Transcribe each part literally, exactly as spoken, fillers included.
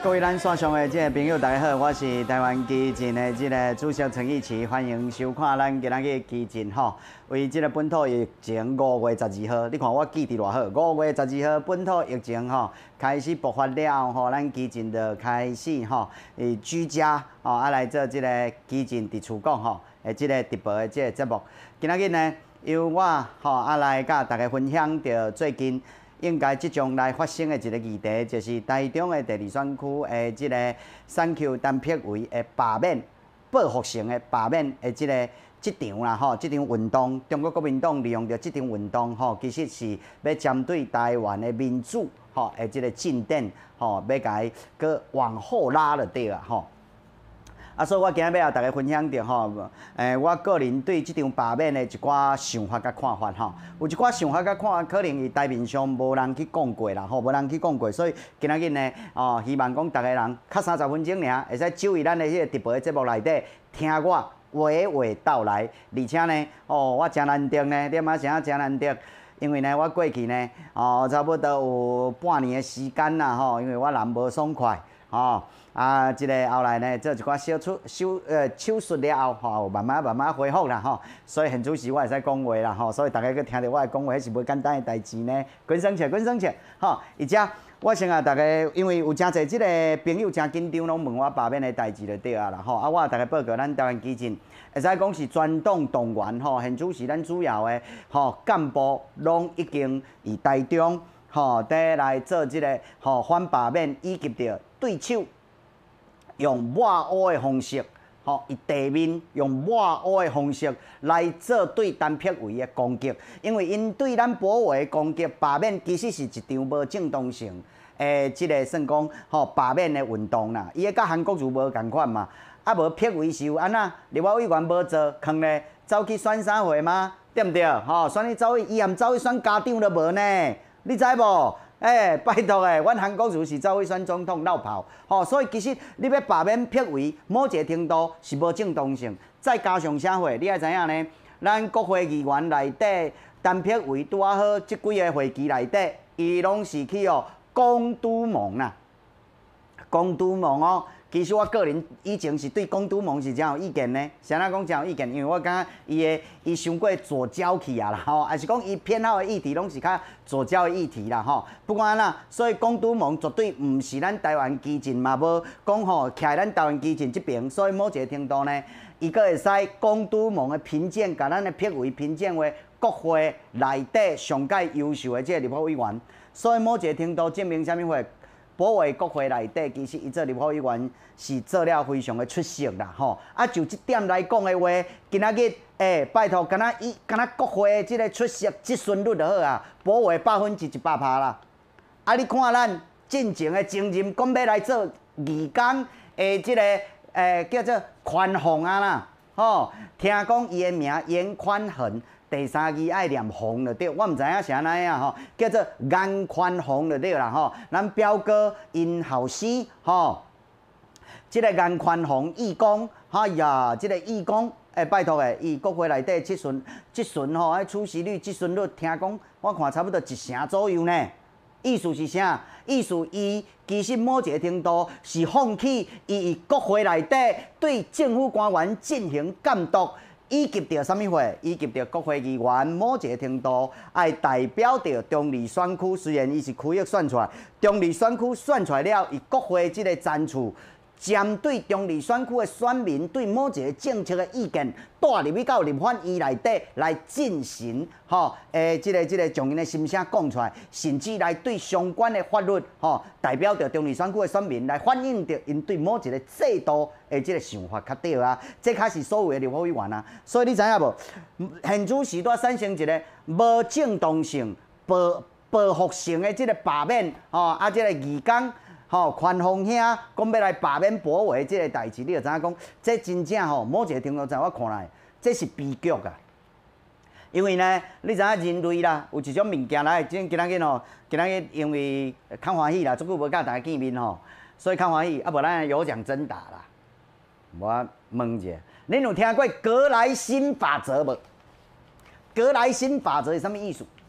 各位咱线上的这个朋友，大家好，我是台湾基进的这个主席陈义奇，欢迎收看咱今仔日基进吼。为这个本土疫情五月十二号，你看我记得偌好，五月十二号本土疫情吼开始爆发了吼，咱基进就开始吼，诶居家吼啊来做这个基进伫厝讲吼，诶这个直播的这个节目。今仔日呢，由我吼啊来甲大家分享着最近。应该即将来发生的一个议题，就是台中的第二选区的即个产区单撇位的罢免、报复性的罢免的即个即场啦吼，即场运动，中国国民党利用着即场运动吼，其实是要针对台湾的民主吼的即个进展吼，要甲伊搁往后拉了对啊吼。啊，所以我今日要甲大家分享着吼，诶，我个人对即场罢免的一寡想法甲看法吼，有一寡想法甲看法，可能伊台面上无人去讲过啦，吼，无人去讲过，所以今仔日呢，哦，希望讲逐个人较三十分钟尔，会使就伊咱的迄个直播的节目内底听我娓娓道来，而且呢，哦，我真难得呢，点啊啥真难得。因为呢，我过去呢，哦，差不多有半年的时间啦，吼，因为我人无爽快，吼。啊，即、这个后来呢，做一寡小手手呃手术了后，吼，慢慢慢慢恢复啦，吼，所以现主时我会使讲话啦，吼，所以大家去听到我讲话，迄是无简单的代志呢。滚生切，滚生切，吼，而且我先啊，大家因为有真侪即个朋友真紧张，拢问我罢免的代志就对啊啦，吼，啊，我大家报告咱台湾基进，会使讲是全党动员，吼，现主时咱主要的吼干部拢已经伫台中，吼，伫来做即、这个吼反罢免，以及着对手。用抹黑的方式，吼，以地面用抹黑的方式来做对单撇位的攻击，因为因对咱保卫的攻击罢免其实是一场无正当性诶，即、这个算讲吼罢免的运动啦。伊个甲韩国瑜无共款嘛，啊无撇位是有安那立法委员无做，坑咧走去选啥货吗？对毋对？吼，选去走去，伊也毋走去选家长都无呢，你知无？诶、欸，拜托诶，阮韩国瑜是走去选总统绕跑，吼、哦，所以其实你要罢免撇位，某一个程度是无正当性。再加上啥货，你爱知影呢？咱国会议员内底单撇位拄啊好，即几个会期内底，伊拢是去哦公都盟啦，公都盟哦。其实我个人以前是对公都盟是真有意见呢。谁人讲真有意见？因为我感觉伊的伊伤过左交去啊啦，吼，还是讲伊偏好的议题拢是较左交的议题啦，吼。不管安怎，所以公都盟绝对毋是咱台湾基进嘛，无讲吼徛咱台湾基进这边，所以某一个程度呢，伊个会使公都盟的评鉴，甲咱的撇位评鉴为国会内底上界优秀的这个立法委员，所以某一个程度证明啥物货？保卫国会内底，其实伊做立法委员是做了非常的出色啦，吼。啊，就这点来讲的话，今仔日诶、欸，拜托，敢若伊敢若国会的即个出色质询率就好啊，保卫百分之一百趴啦。啊，你看咱进前的前任讲要来做义工诶，即、这个诶、欸、叫做宽宏啊啦，吼。听讲伊的名严宽恒。第三字爱念红就对，我毋知影是安怎样吼，叫做颜宽宏就对啦吼。咱表哥因后生吼，即、这个颜宽宏义工，哎呀，即、这个义工，诶、欸，拜托诶，伊国会内底质询质询吼，迄出席率、质询率，听讲我看差不多一成左右呢。意思是啥？意思伊其实某一个程度是放弃伊国会内底对政府官员进行监督。以及着啥物货？以及着国会议员某一个程度，爱代表着中立选区。虽然伊是区域选出来，中立选区选出来了，伊国会即个赞处，针对中立选区的选民对某一个政策的意见，带入去到立法院内底来进行吼，诶，即、这个即、这个将因的心声讲出来，甚至来对相关的法律吼，代表着中立选区的选民来反映着因对某一个制度的即个想法较对啊，这才是所谓的立法委员啊。所以你知影无？现主时代产生一个无正当性、报报复性的即个罢免吼，啊，即、这个义工。吼，宽宏兄讲要来罢免保卫即个代志，你就知影讲，这真正吼，某一个程度在我看来，这是悲剧啊！因为呢，你知影人类啦，有一种物件来，今今仔日吼，今仔日因为较欢喜啦，足久无甲大家见面吼，所以较欢喜，啊无咱有奖征答啦。我问一下，恁有听过格莱辛法则无？格莱辛法则是啥物意思？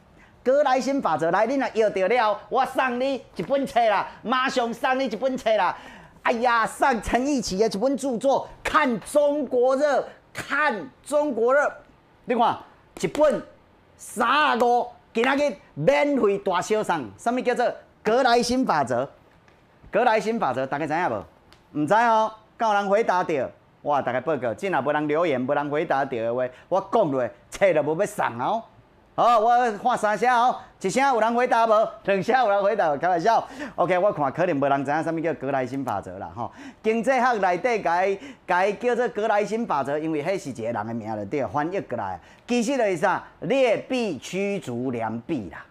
格莱辛法则来，你若摇到了，我送你一本册啦，马上送你一本册啦。哎呀，送陈奕奇的一本著作《看中国热》，看中国热，你看一本三十五，今仔日免费大小送，什么叫做格莱辛法则？格莱辛法则，大家知影无？唔知哦，敢有人回答到？我大家报告，真若无人留言，无人回答到的话，我讲落册就无要送哦。好，我喊三声哦，一声有人回答无？两声有人回答，开玩笑。OK， 我看可能无人知影什么叫格莱辛法则啦吼。经济学内底改改叫做格莱辛法则，因为迄是一个人的名就对，翻译过来，其实就是啥？劣币驱逐良币啦。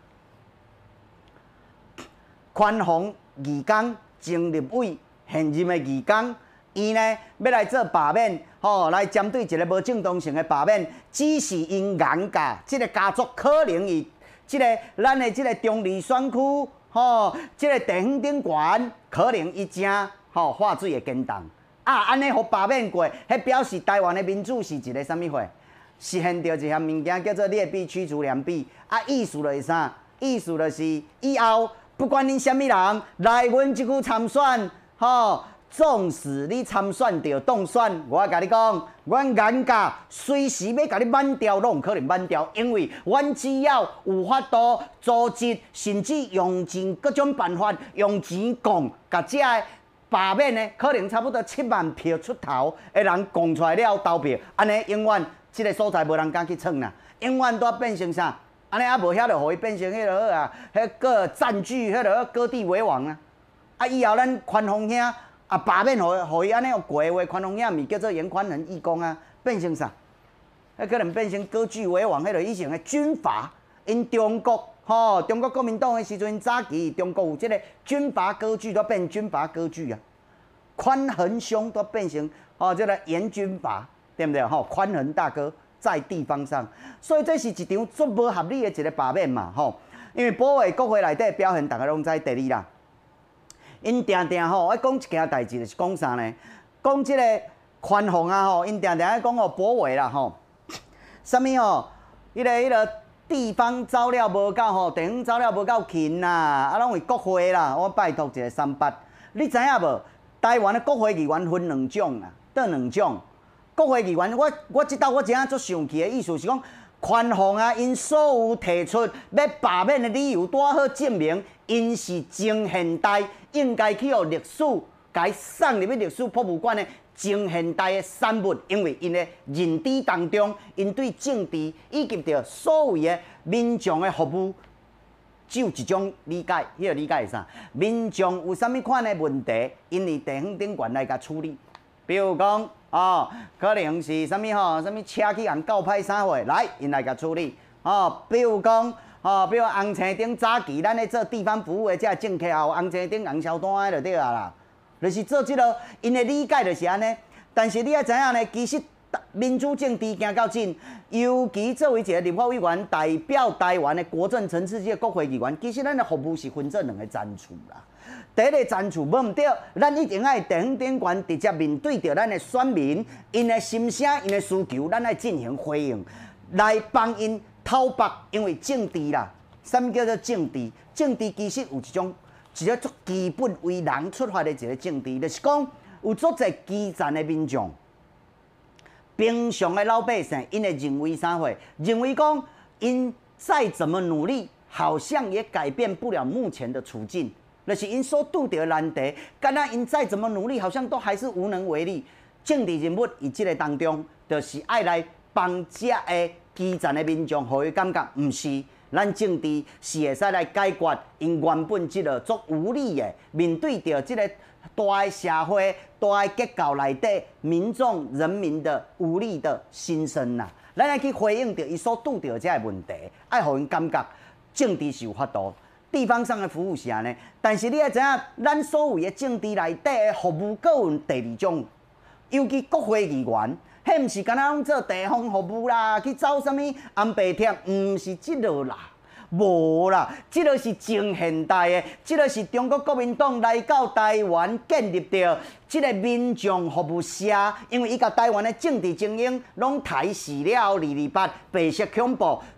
宽宏义工前立委现任的义工，伊呢要来做罢免。吼、哦，来针对一个无正当性的罢免，只是因眼价，即、这个家族可能伊即、这个咱的即个中立选区，吼、哦，即、这个地方顶悬，可能伊正吼化水的坚冻。啊，安尼互罢免过，迄表示台湾的民主是一个啥物货？实现着一项物件叫做劣币驱逐良币。啊，意思就是啥？意思就是以后不管恁啥物人来阮即区参选，吼、哦。纵使你参选着当选，我甲你讲，阮眼价随时要甲你挽掉，拢可能挽掉，因为阮只要有法度组织，甚至用尽各种办法，用钱讲，甲这个罢免呢，可能差不多七万票出头的人讲出来了投票，安尼永远这个所在无人敢去闯啦，永远都变成啥？安尼啊无遐就互伊变成迄落啊，迄个占据迄落割地为王啊！啊以后咱宽宏兄。啊，罢免互互伊安尼有过的话，宽宏兄咪叫做严宽仁义工啊，变成啥？迄可能变成割据为王，迄落以前的军阀，因中国吼、哦，中国国民党的时阵，早期中国有即个军阀割据，都变军阀割据啊。宽恒兄都变成哦，即、这个严军阀，对不对？吼、哦，宽恒大哥在地方上，所以这是一场足无合理的一个罢免嘛，吼、哦。因为保卫国会内底表现，大家拢知第二啦。因定定吼，爱讲一件代志，就是讲啥呢？讲即个宽宏啊吼，因定定爱讲哦，保卫啦吼，啥物吼？迄、那个迄、那个地方资料无够吼，地方资料无够勤啦，啊，拢为国会啦。我拜托一个三八，你知影无？台湾的国会议员分两种啊，倒两种。国会议员，我我即道我真正足生气的意思是讲。宽宏啊，因所有提出要罢免的理由，拄好证明因是前现代应该去互历史，该送入去历史博物馆的前现代的产物，因为因的认知当中，因对政治以及着所有的民众的服务，只有一种理解，迄、那个理解是啥？民众有啥物款的问题，因为地方顶悬来甲处理，比如讲。哦，可能是啥物吼？啥物车去人告歹啥货，来因来甲处理。哦，比如讲，哦，比如红青顶早期咱咧做地方服务的，这政客也有红青顶红销单的就对啊啦。就是做即、这个，因的理解就是安尼。但是你要知影呢，其实民主政治行到真，尤其作为一个立法委员，代表台湾的国政层次这个国会议员，其实咱的服务是分做两个层次啦。第一个赞助无毋对，咱一定爱地方顶悬直接面对着咱的选民，因的心声、因的需求，咱爱进行回应，来帮因讨白。因为政治啦，啥物叫做政治？政治其实有一种一个足基本为人出发的一个政治，就是讲有足侪基层的民众，平常的老百姓，因会认为啥货？认为讲因再怎么努力，好像也改变不了目前的处境。就是因所拄着难题，敢若因再怎么努力，好像都还是无能为力。政治人物以这个当中，就是爱来帮这个基层的民众，互伊感觉毋是咱政治是会使来解决因原本即个足无力的面对着即个大的社会、大的结构内底民众人民的无力的心声啦。咱来去回应着伊所拄着这个问题，爱互因感觉政治是有法度。地方上的服务是安尼，但是你要知影，咱所有的政治内底的服务，阁有第二种，尤其国会议员，迄毋是干那拢做地方服务啦，去走啥物安白贴，毋是即落啦，无啦，即落是前现代的，即落是中国国民党来到台湾建立着即个民众服务社，因为伊甲台湾的政治精英拢抬死了，二二八白色恐怖。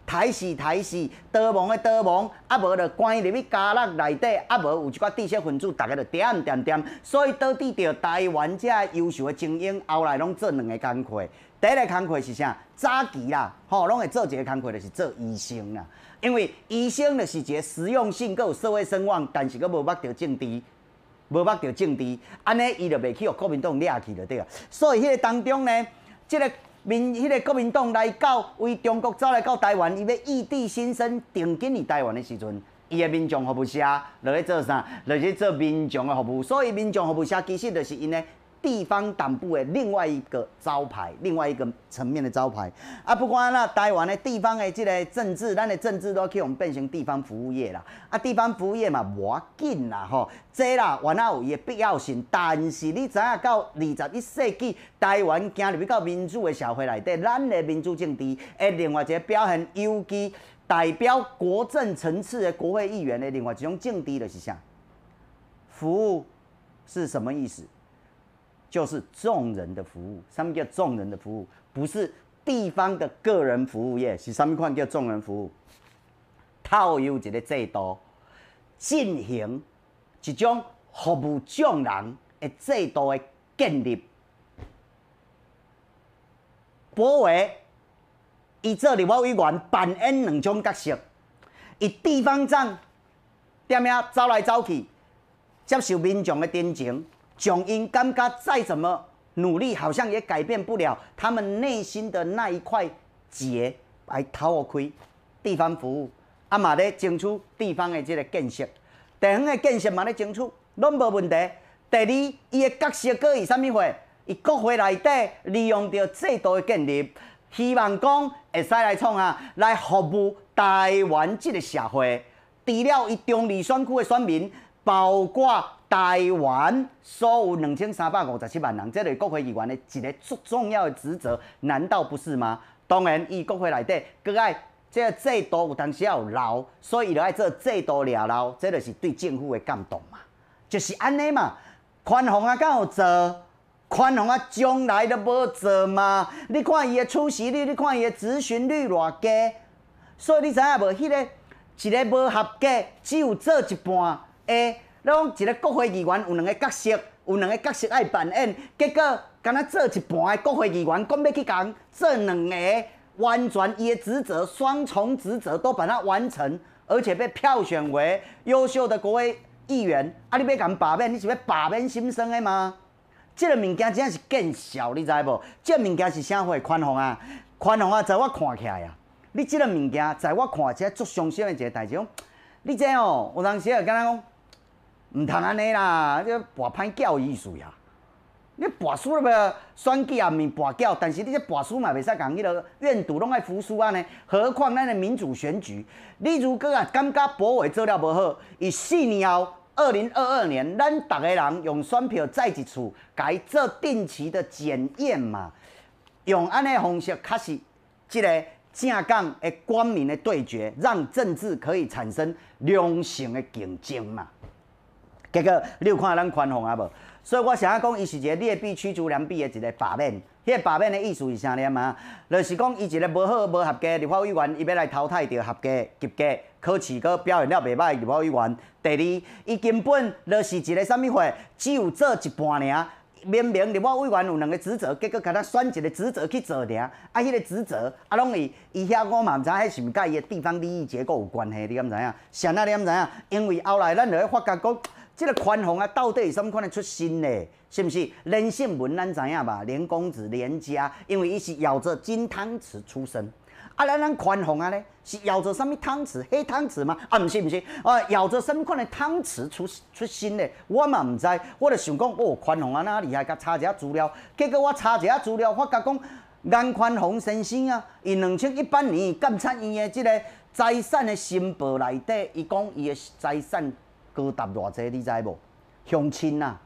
台死台死，逃亡的逃亡，啊无就关入去家乐内底，啊无有一寡知识分子，大家就点点点，所以导致着台湾这优秀的精英后来拢做两个工课。第一个工课是啥？早期啦，吼，拢会做一个工课，就是做医生啦。因为医生就是一个实用性，佮有社会声望，但是佮无捌着政治，无捌着政治，安尼伊就袂去互国民党掠去就对啊。所以迄个当中呢，即、這个民，迄、那个国民党来到为中国走来到台湾，伊要异地新生定居伫台湾的时阵，伊的民众服务社落去做啥？落去做民众的服务。所以民众服务社其实就是因呢。地方党部的另外一个招牌，另外一个层面的招牌啊！不管那台湾的地方的这个政治，咱的政治都去我们变成地方服务业啦。啊，地方服务业嘛，无要紧啦吼，这啦原来有伊的必要性，但是你知影到二十一世纪台湾行入去到民主的社会内底，咱的民主政治的另外一个表现，尤其代表国政层次的国会议员的另外一种政治就是啥？服务是什么意思？就是众人的服务，什么叫众人的服务？不是地方的个人服务业，是什么款叫众人服务？套用一个制度，进行一种服务众人的制度的建立。博维伊做立法委员扮演两种角色，以地方长踮遐走来走去，接受民众的真情。迥因感觉再怎么努力，好像也改变不了他们内心的那一块结，来讨开地方服务，啊嘛咧争取地方的这个建设，地方的建设嘛咧争取，拢无问题。第二，伊的角色搁是啥物货？伊国会内底利用着制度的建立，希望讲会使来创啊，来服务台湾这个社会。除了伊中立选区的选民，包括台湾所有两千三百五十七万人，这类国会议员的一个最重要的职责，难道不是吗？当然，伊国会内底，佮爱这个制度有当时要有漏，所以就爱做制度了漏，这就是对政府的感动嘛，就是安尼嘛。宽宏啊，敢有做？宽宏啊，从来都无做嘛。你看伊的出席率，你看伊的咨询率偌低，所以你知影无？迄、那个一个无合格，只有做一半诶。拢一个国会议员有两个角色，有两个角色爱扮演，结果敢若做一半的国会议员，讲要去讲这两个完全伊的职责，双重职责都把它完成，而且被票选为优秀的国会议员。啊，你要甲罢免，你是要罢免心生的吗？这个物件真正是见笑，你知无？这物件是啥货？宽宏啊，宽宏啊，在我看起来啊，你这个物件在我看起来足伤心的一个代志。你这哦，有当时会敢若讲。唔通安尼啦，这跋歹叫意思呀！你跋输了要选举也毋跋叫，但是你这跋输嘛袂使讲迄个院赌拢爱服输啊呢。何况咱的民主选举，你如果啊感觉博伟做了无好，伊四年后二零二二年，咱逐个人用选票再一次改做定期的检验嘛，用安尼方式确实这个正港的官民的对决，让政治可以产生良性的竞争嘛。结果你有看咱宽宏啊无？所以我想要讲，伊是一个劣币驱逐良币的一个罢免。迄个罢免的意思是啥呢嘛？就是讲伊一个无好无合格立法委员，伊要来淘汰掉合格及格考试搁表现了袂歹立法委员。第二，伊根本就是一个啥物货，只有做一半尔。明明立法委员有两个职责，结果甲他选一个职责去做尔。啊，迄个职责啊，拢伊伊遐我嘛毋知迄是毋甲伊的地方利益结构有关系，你敢知影？谁啊？你敢知影？因为后来咱就会发觉讲。这个宽宏啊，到底是什么款的出身呢？是不是？连姓文咱知影吧？连公子连家，因为伊是咬着金汤匙出身。啊，咱咱宽宏啊咧，是咬着什么汤匙？黑汤匙吗？啊，不是不是，啊，咬着什么款的汤匙出出身呢？我嘛唔知，我就想讲，哦，宽宏啊那厉害，甲查一下资料。结果我查一下资料，发觉讲，颜宽宏先生啊，伊两千一八年监察院的这个财产的申报内底，伊讲伊的财产。高达偌济，你知无？乡亲啊，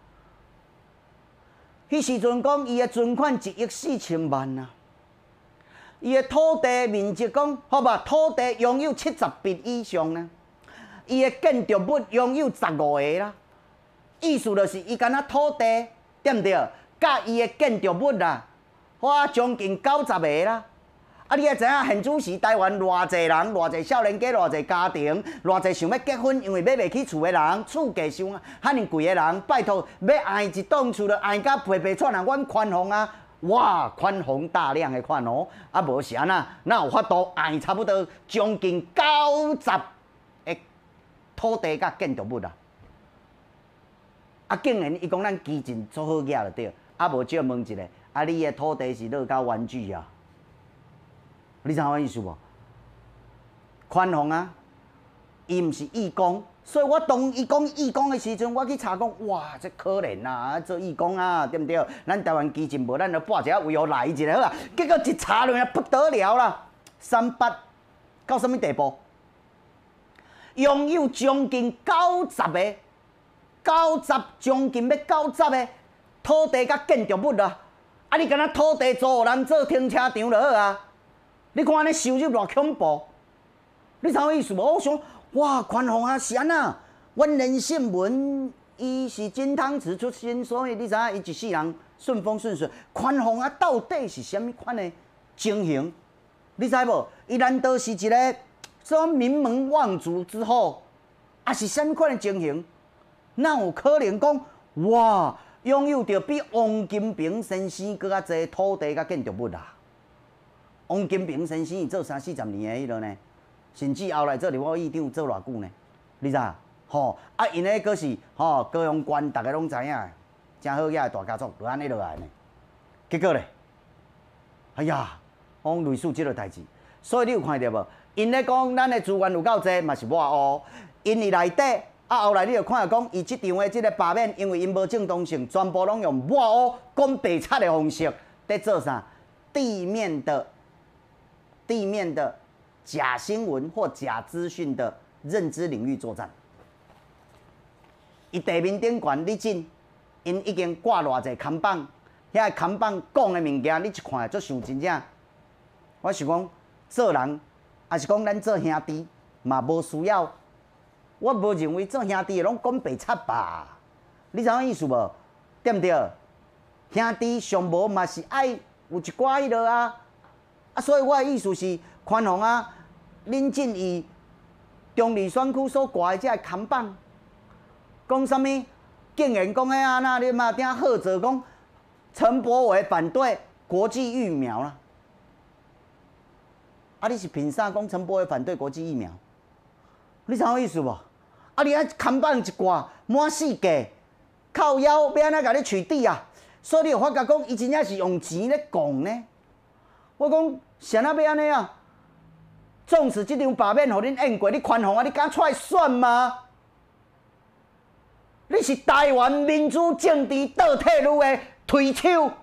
迄时阵讲伊的存款一亿四千万啊，伊的土地面积讲好吧，土地拥有七十笔以上呢，伊的建筑物拥有十五个啦，意思就是伊敢若土地对毋对？甲伊的建筑物啦，哇，将近九十个啦。 啊，你也知影现主时台湾偌济人，偌济少年家，偌济家庭，偌济想要结婚，因为买袂起厝的人，厝价伤遐尼贵的人，拜托要爱一栋厝，就爱甲皮皮串啊，阮宽宏啊，哇，宽宏大量的款哦，啊无是安那，哪有法度爱差不多将近九十的土地甲建筑物啊？啊，竟然伊讲咱基进做好嘢就对，啊无少问一下，啊你的土地是落到玩具啊？你知影我意思无？宽宏啊，伊毋是义工，所以我当伊讲义工的时阵，我去查讲，哇，这可怜啊，做义工啊，对毋对？咱台湾基进无，咱就报一下位哦来一下好啊。结果一查落来不得了啦，三八到什么地步？拥有将近九十个。九十将近要九十个土地甲建筑物啊！啊，你敢若土地租互人做停车场就好啊！你看安尼收入偌恐怖，你知影意思无？我想，哇，宽宏啊，是安那？阮连胜文伊是金汤匙出身，所以你知影伊一世人顺风顺水。宽宏啊，到底是啥物款的情形？你知无？伊难道是一个说名门望族之后，啊是啥物款的情形？哪有可能讲哇，拥有着比王金平先生搁较侪土地甲建筑物啊？王金平先生伊做三四十年的迄落呢，甚至后来做立法院长做偌久呢？你知影？吼啊，因迄个是吼高雄县，大家拢知影，真好遐的大家族，就安尼落来呢。结果咧，哎呀，讲类似即个代志，所以你有看到无？因咧讲咱的资源有够侪，嘛是我哦，因伊内底。啊，后来你就看到讲，伊即场的即个罢免，因为因无正当性，全部拢用抹黑、讲白贼的方式在做啥？地面的、地面的假新闻或假资讯的认知领域作战。伊地面顶悬你进，因已经挂偌济看板，遐看板讲的物件，你一看足像真正。我想讲，做人，也是讲咱做兄弟，嘛无需要。我无认为做兄弟拢讲白贼吧？你知影意思无？对毋对？兄弟上无嘛是爱有一寡迄落啊！啊，所以我的意思是，宽宏啊，林正义中立选区所挂的这看板，讲啥物？竟然讲迄安那你嘛听喝者讲陈柏惟反对国际疫苗啦！啊，你是凭啥讲陈柏惟反对国际疫苗？你知影意思无？啊！你啊看板一挂，满世界靠腰要安怎甲你取缔啊？所以你有发觉讲，伊真正是用钱咧讲呢。我讲，谁那要安尼啊？纵使即场罢免互恁验过，你宽宏啊，你敢出来选吗？你是台湾民主政治倒退路的推手，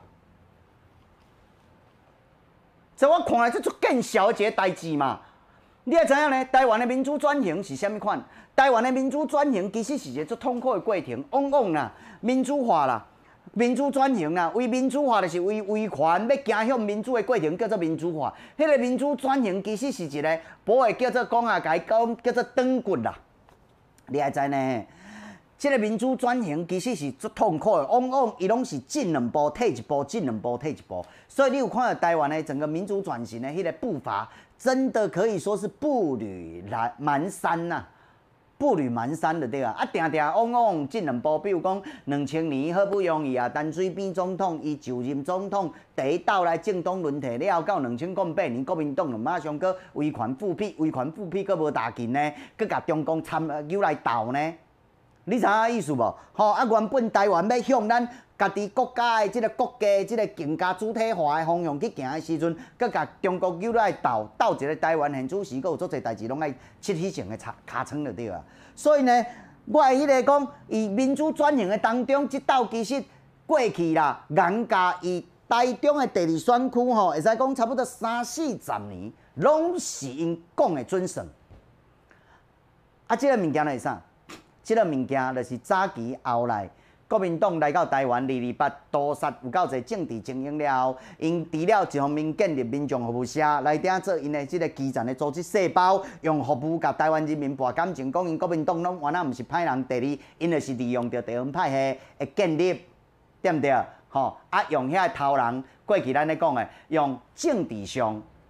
在我看来，这足见笑的一个代志嘛。你也知影呢？台湾的民主转型是啥物款？台湾的民主转型其实是一个足痛苦的过程，往往啦，民主化啦，民主转型啦，为民主化就是为威权要走向民主的过程叫做民主化。迄、那个民主转型其实是一个，不会叫做讲啊，甲伊讲叫做长骨啦。你也知呢？即、這个民主转型其实是足痛苦的，往往伊拢是进两步退一步，进两步退一步。所以你有看到台湾的整个民主转型的迄个步伐，真的可以说是步履蹒跚呐。步履蹒跚的对啊，啊，定定往往进两步，比如讲两千年好不容易啊，陈水扁总统伊就任总统，第一道来政党轮替了，到两千零八年国民党就马上搁威权复辟，威权复辟搁无大劲呢，搁甲中共参又来斗呢。你知影意思无？吼啊，原本台湾要向咱家己国家的即个国家、即个更加主体化的方向去行的时阵，搁甲中国又来斗斗一个台湾现主时，搁有足侪代志拢爱切起成个卡卡层就对啊。所以呢，我迄个讲，伊民主转型的当中，即斗其实过去啦，严加伊台中的第二选区吼，会使讲差不多三四十年，拢是因讲的准绳。啊，即、這个物件是啥？即个物件就是早期后来，国民党来到台湾二二八屠杀有够侪政治精英了后，因除了一方面建立民众服务社，内底做因的即个基层的组织细胞，用服务甲台湾人民博感情，讲因国民党拢原来毋是歹人。第二，因就是利用着地方派系的建立，对毋对？吼、啊，用遐头人过去咱咧讲的，用政治上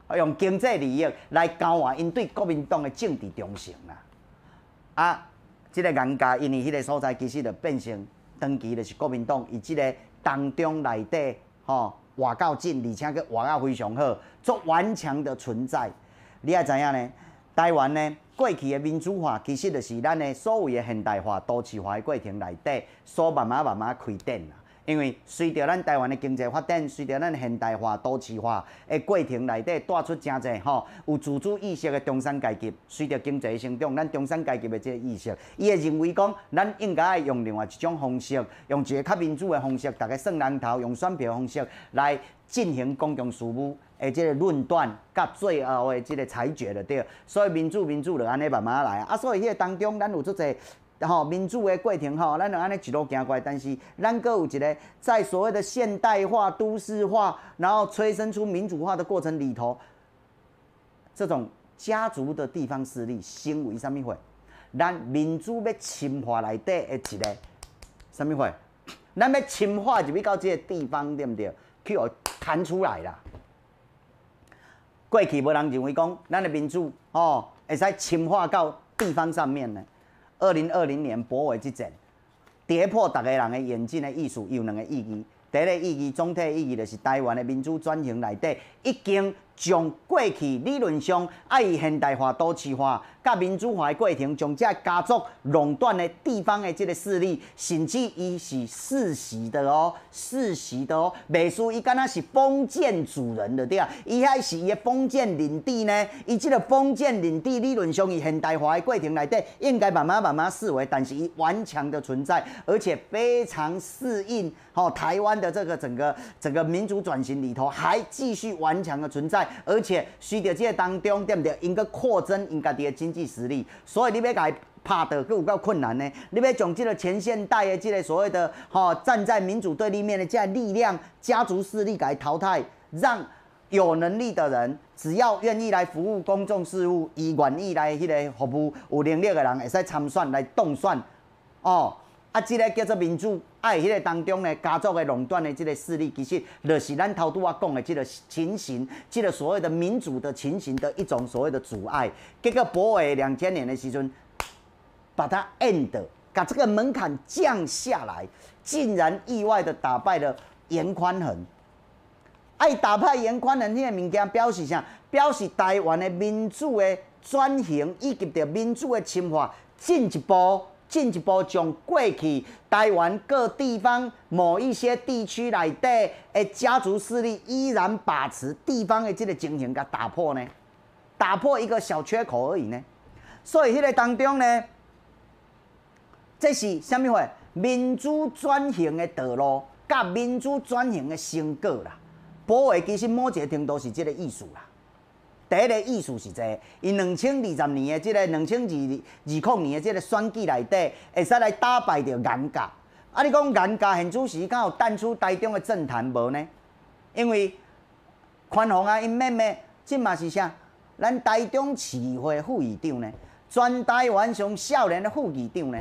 用经济利益来交换因对国民党的政治忠诚啦。啊，即、这个严家因为迄个所在其实就变成长期就是国民党以即个当中内底吼活到紧，而且佮活到非常好，做顽强的存在。你也知影呢，台湾呢过去的民主化其实就是咱的所谓的现代化、都市化的过程内底所慢慢慢慢开展啦。因为随着咱台湾的经济发展，随着咱现代化、都市化的过程内底，带出真侪吼有自主意识的中产阶级。随着经济成长，咱中产阶级的这个意识，伊会认为讲，咱应该爱用另外一种方式，用一个较民主的方式，大家算人头，用选票的方式来进行公共事务的这个论断，甲最后的这个裁决就对。所以民主民主就安尼慢慢来啊。所以迄个当中，咱有足侪。吼，民主的过程吼，咱就安尼一路行过来，但是咱阁有一个在所谓的现代化、都市化，然后催生出民主化的过程里头，这种家族的地方势力成为啥物货？咱民主要侵化内底的一个啥物货？咱要侵化入去到这个地方，对不对？去互弹出来啦。过去无人认为讲，咱的民主哦，会使侵化到地方上面呢。二零二零年博伟之战，跌破大家人的眼镜的艺术有两个意义。第一个意义，总体意义就是台湾的民主转型内底，已经将过去理论上爱现代化、都市化、甲民主化的过程，将这家族垄断的地方的这个势力，甚至伊是世袭的哦，世袭的哦，袂输伊敢若是封建主人的对啊，伊遐是伊的封建领地呢，伊这个封建领地理论上以现代化的过程内底，应该慢慢慢慢视为，但是伊顽强的存在，而且非常适应哦台湾的这个整个整个民主转型里头，还继续顽强的存在。而且随着这个当中，对不对？应该扩增因家己的经济实力，所以你要甲伊拍到，佫有够困难呢。你要将这个前现代的这个所谓的吼、哦、站在民主对立面的这力量、家族势力，给淘汰，让有能力的人，只要愿意来服务公众事务，伊愿意来迄个服务有能力的人，会使参选来当选哦。啊，这个叫做民主，啊，迄个当中呢，家族的垄断的这个势力，其实就是咱头拄我讲的这个情形，这个所谓的民主的情形的一种所谓的阻碍。结果博伟两千年的时阵，把它 end， 把这个门槛降下来，竟然意外的打败了严宽恒。爱打败严宽恒，迄个物件表示啥？表示台湾的民主的转型以及着民主的侵华进一步。进一步将过去台湾各地方某一些地区内底的家族势力依然把持地方的这个情形，给打破呢？打破一个小缺口而已呢。所以迄个当中呢，这是啥物货？民主转型的道路，甲民主转型的成果啦。博伟其实某一个程度是这个意思啦。第一个意思是这，因两千二十年的这个两千二二零年的这个选举内底，会使来打败着严家。啊，你讲严家现主时敢有淡出台中的政坛无呢？因为宽宏啊，因妹妹，即嘛是啥？咱台中市议会副议长呢，全台湾上少年的副议长呢。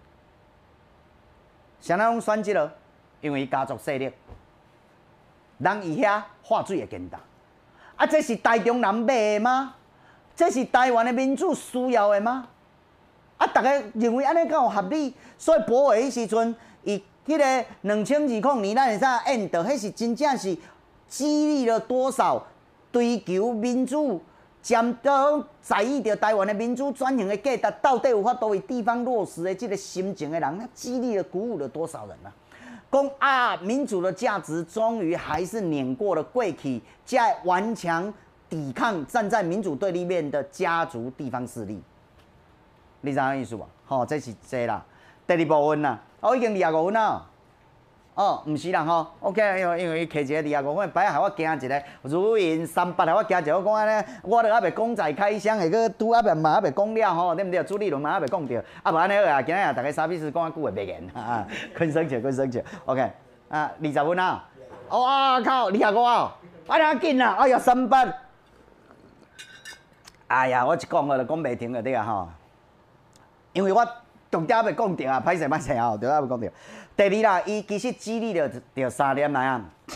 谁人拢选这个？因为家族势力，人伊遐化水的简单。啊，这是台中人买的吗？这是台湾的民主需要的吗？啊，大家认为安尼敢有合理？所以博伟迄时阵，伊迄个两千二零年咱会使 end， 迄是真正是激励了多少追求民主、占到在意着台湾的民主转型的价值，到底有法度为地方落实的这个心情的人，激励了、鼓舞了多少人啊？讲啊，民主的价值终于还是碾过了过去，在顽强抵抗站在民主对立面的家族地方势力。你知影意思无？吼、哦，这是这啦。第二部分啦，我已经二十五分啦。哦，唔是啦吼 ，OK， 因为因为摕一个二十五分，摆害我惊一个如云三八，害我惊一个，我讲安尼，我都还袂讲在开箱，下个拄还袂嘛还袂讲了吼，对毋对？朱立伦嘛还袂讲着，啊无安尼好啊，今日大家三比四讲啊久会袂言，啊，困生笑，困生笑 ，OK， 啊，二十分啊，哇靠，二十五啊，啊你紧啊，哎呀三八，哎呀，我一讲我就讲袂停了对啊吼，因为我重点还袂讲着啊，歹势歹势吼，重点还袂讲着。第二啦，伊其实激励了着三点来啊。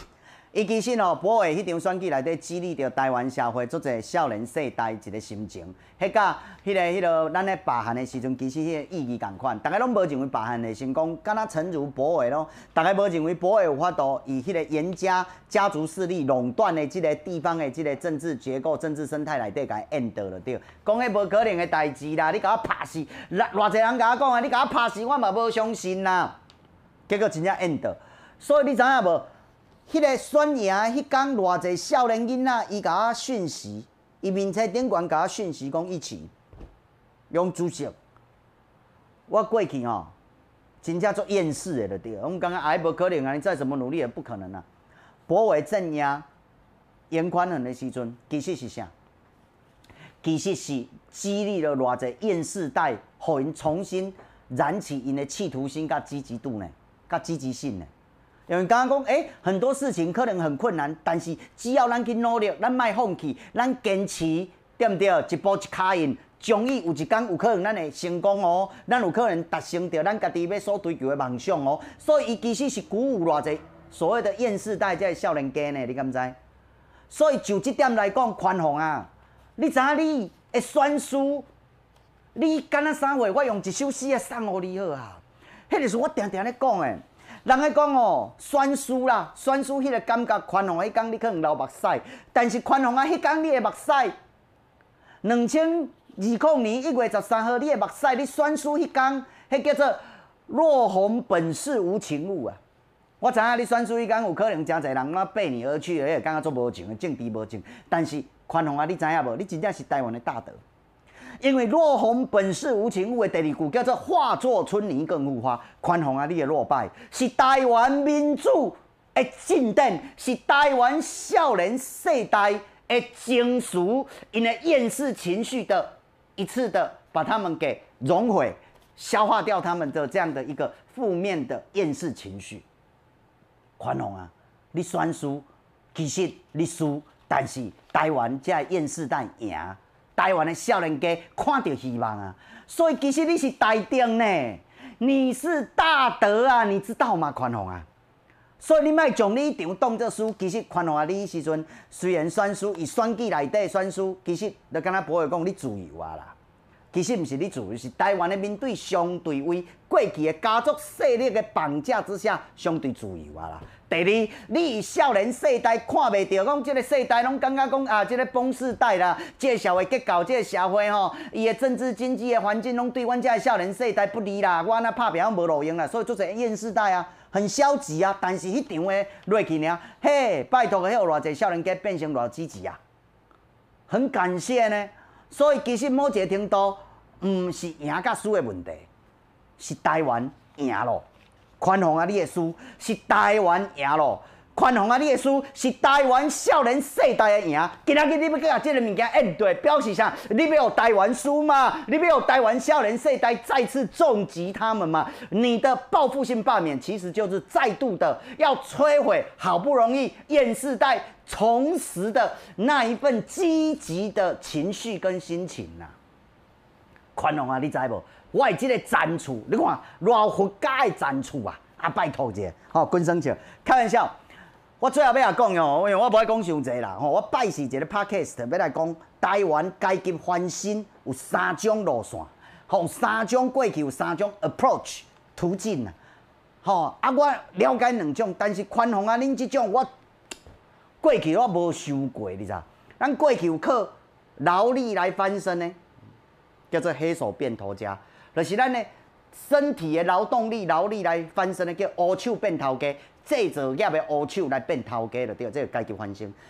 伊其实哦，博伟迄场选举内底激励着台湾社会足侪少年世代一个心情。迄甲迄个、迄个，咱咧罢汉的时阵，其实迄个意义共款。大家拢无认为罢汉会成功，敢若诚如博伟咯。大家无认为博伟有法度以迄个严家家族势力垄断的即个地方的即个政治结构、政治生态内底，甲伊 end 了对。讲迄无可能的代志啦，你甲我拍死，偌偌侪人甲我讲啊，你甲我拍死，我嘛无相信啦。结果真正 end。所以你知影无？迄个选赢迄天，偌济少年囡仔，伊甲我讯息，伊面册顶悬甲我讯息讲一起用主席。我过去吼、喔，真正做厌世的就对，我们感觉哎无可能啊，你再怎么努力也不可能啊。博伟镇压严宽恒的时阵，其实是啥？其实是激励了偌济厌世代，互因重新燃起因的企图心、甲积极度呢，甲积极性呢。有人刚刚讲，哎、欸，很多事情可能很困难，但是只要咱去努力，咱莫放弃，咱坚持，对不对？一步一脚印，终于有一天有可能咱会成功哦，咱有可能达成着咱家己要所追求的梦想哦。所以，伊其实是鼓舞偌济所谓的厌世代这少年家呢，你敢知？所以就这点来讲，宽宏啊，你知影你的选书，你敢若三月我用一首诗来送互你好啊？迄就是我定定咧讲的。人咧讲哦，选书啦，选书迄个感觉，宽宏迄天你可能流目屎，但是宽宏啊，迄天你的目屎，两千二零年一月十三号，你的目屎，你选书迄天，迄叫做若红本是无情物啊！我知影你选书迄天有可能真侪人啊背你而去，迄个感觉做无情的，政治无情，但是宽宏啊，你知影无？你真正是台湾的大德。因为若红本是无情物的第二句叫做化作春泥更护花。宽宏啊，你的落败是台湾民主的进展，是台湾少年世代的情绪，因的厌世情绪的一次的把他们给融毁、消化掉他们的这样的一个负面的厌世情绪。宽宏啊，你选输，其实你输，但是台湾这厌世代赢。台湾的少年家看到希望啊，所以其实你是台定呢，你是大德啊，你知道吗？宽宏啊，所以你莫将你一场当作输，其实宽宏啊，你时阵虽然选输，以选举内底选输，其实就敢若博伟讲你自由啊啦，其实毋是你自由，是台湾的面对相对为过去的家族势力的绑架之下，相对自由啊啦。第二，你少年世代看袂到，讲即个世代拢感觉讲啊，即、这个崩世代啦，即、这个社会结构，即、这个社会吼，伊的政治经济的环境拢对阮这少年世代不利啦，我那拍拼无路用啦，所以做者厌世代啊，很消极啊。但是迄场的落去呢，嘿，拜托个，迄有偌济少年家变成偌支持啊，很感谢呢。所以其实某一个程度，毋是赢甲输的问题，是台湾赢咯。宽宏啊，你的输是台湾赢咯。宽宏啊，你的输是台湾少年世代的赢。今仔日你要甲这个物件演对，表示啥？你要有台湾输嘛？你要有台湾少年世代再次重击他们嘛？你的报复性罢免其实就是再度的要摧毁好不容易厌世代重拾的那一份积极的情绪跟心情呐、啊。宽宏啊，你知无？我的这个赞处，你看偌佛家的赞处啊！啊，拜托者，吼、哦，君生笑，开玩笑。我最后要来讲哦，因为我不爱讲伤济啦，吼，我拜是一个 podcast 要来讲台湾改革翻新有三种路线，吼，三种过去有三种 approach 途径啊，吼，啊，我了解两种，但是宽宏啊，恁这种我过去我无受过，你知道？咱过去有靠劳力来翻身呢，叫做黑手变头家。就是咱的身体的劳动力、劳力来翻身的，叫乌手变头家，制造业的乌手来变头家，就对，这个改革翻新。